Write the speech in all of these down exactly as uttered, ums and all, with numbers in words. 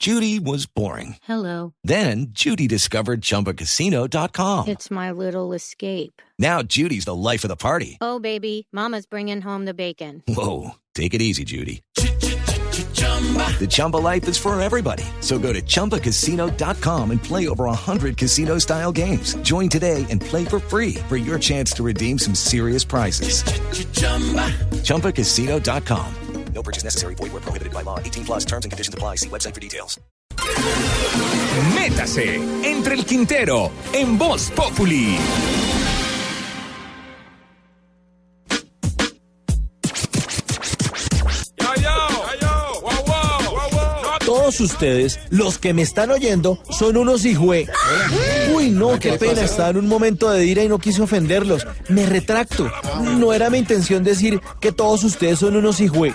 Judy was boring. Hello. Then Judy discovered Chumba Casino dot com. It's my little escape. Now Judy's the life of the party. Oh, baby, mama's bringing home the bacon. Whoa, take it easy, Judy. The Chumba life is for everybody. So go to Chumba Casino dot com and play over one hundred casino-style games. Join today and play for free for your chance to redeem some serious prizes. Chumba Casino dot com. No purchase necessary. Void where prohibited by law. eighteen plus terms and conditions apply. See website for details. Métase entre el Quintero en Voz Populi. Todos ustedes, los que me están oyendo, son unos hijue... Uy, no, qué pena, estaba en un momento de ira y no quise ofenderlos. Me retracto. No era mi intención decir que todos ustedes son unos hijue...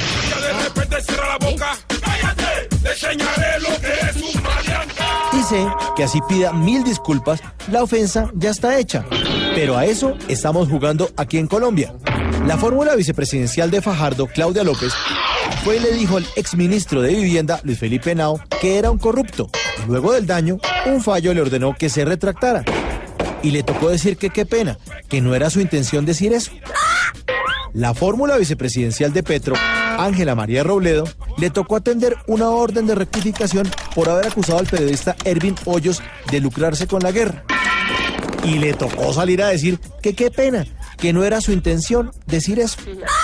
Y sé que así pida mil disculpas, la ofensa ya está hecha. Pero a eso estamos jugando aquí en Colombia. La fórmula vicepresidencial de Fajardo, Claudia López, fue y le dijo al exministro de Vivienda, Luis Felipe Henao, que era un corrupto. Y luego del daño, un fallo le ordenó que se retractara. Y le tocó decir que qué pena, que no era su intención decir eso. La fórmula vicepresidencial de Petro, Ángela María Robledo, le tocó atender una orden de rectificación por haber acusado al periodista Ervin Hoyos de lucrarse con la guerra. Y le tocó salir a decir que qué pena, que no era su intención decir eso.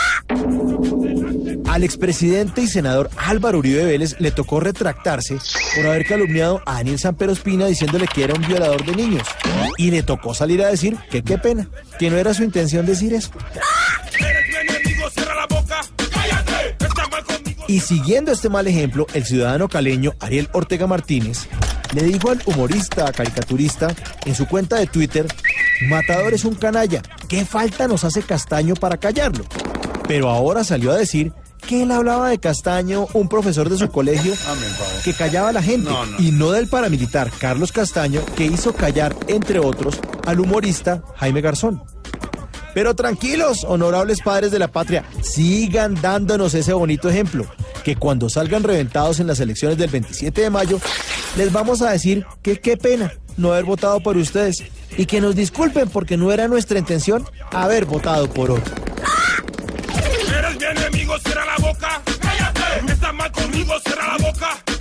Al expresidente y senador Álvaro Uribe Vélez le tocó retractarse por haber calumniado a Daniel Samper Ospina diciéndole que era un violador de niños. Y le tocó salir a decir que qué pena, que no era su intención decir eso. Y siguiendo este mal ejemplo, el ciudadano caleño Ariel Ortega Martínez le dijo al humorista caricaturista en su cuenta de Twitter: Matador es un canalla, ¿qué falta nos hace Castaño para callarlo? Pero ahora salió a decir que él hablaba de Castaño, un profesor de su colegio, que callaba a la gente, no, no. y no del paramilitar Carlos Castaño, que hizo callar, entre otros, al humorista Jaime Garzón. Pero tranquilos, honorables padres de la patria, sigan dándonos ese bonito ejemplo, que cuando salgan reventados en las elecciones del veintisiete de mayo, les vamos a decir que qué pena no haber votado por ustedes, y que nos disculpen porque no era nuestra intención haber votado por otro. Eres mi enemigo, cierra la boca. Cállate. Estás mal conmigo, cierra la boca.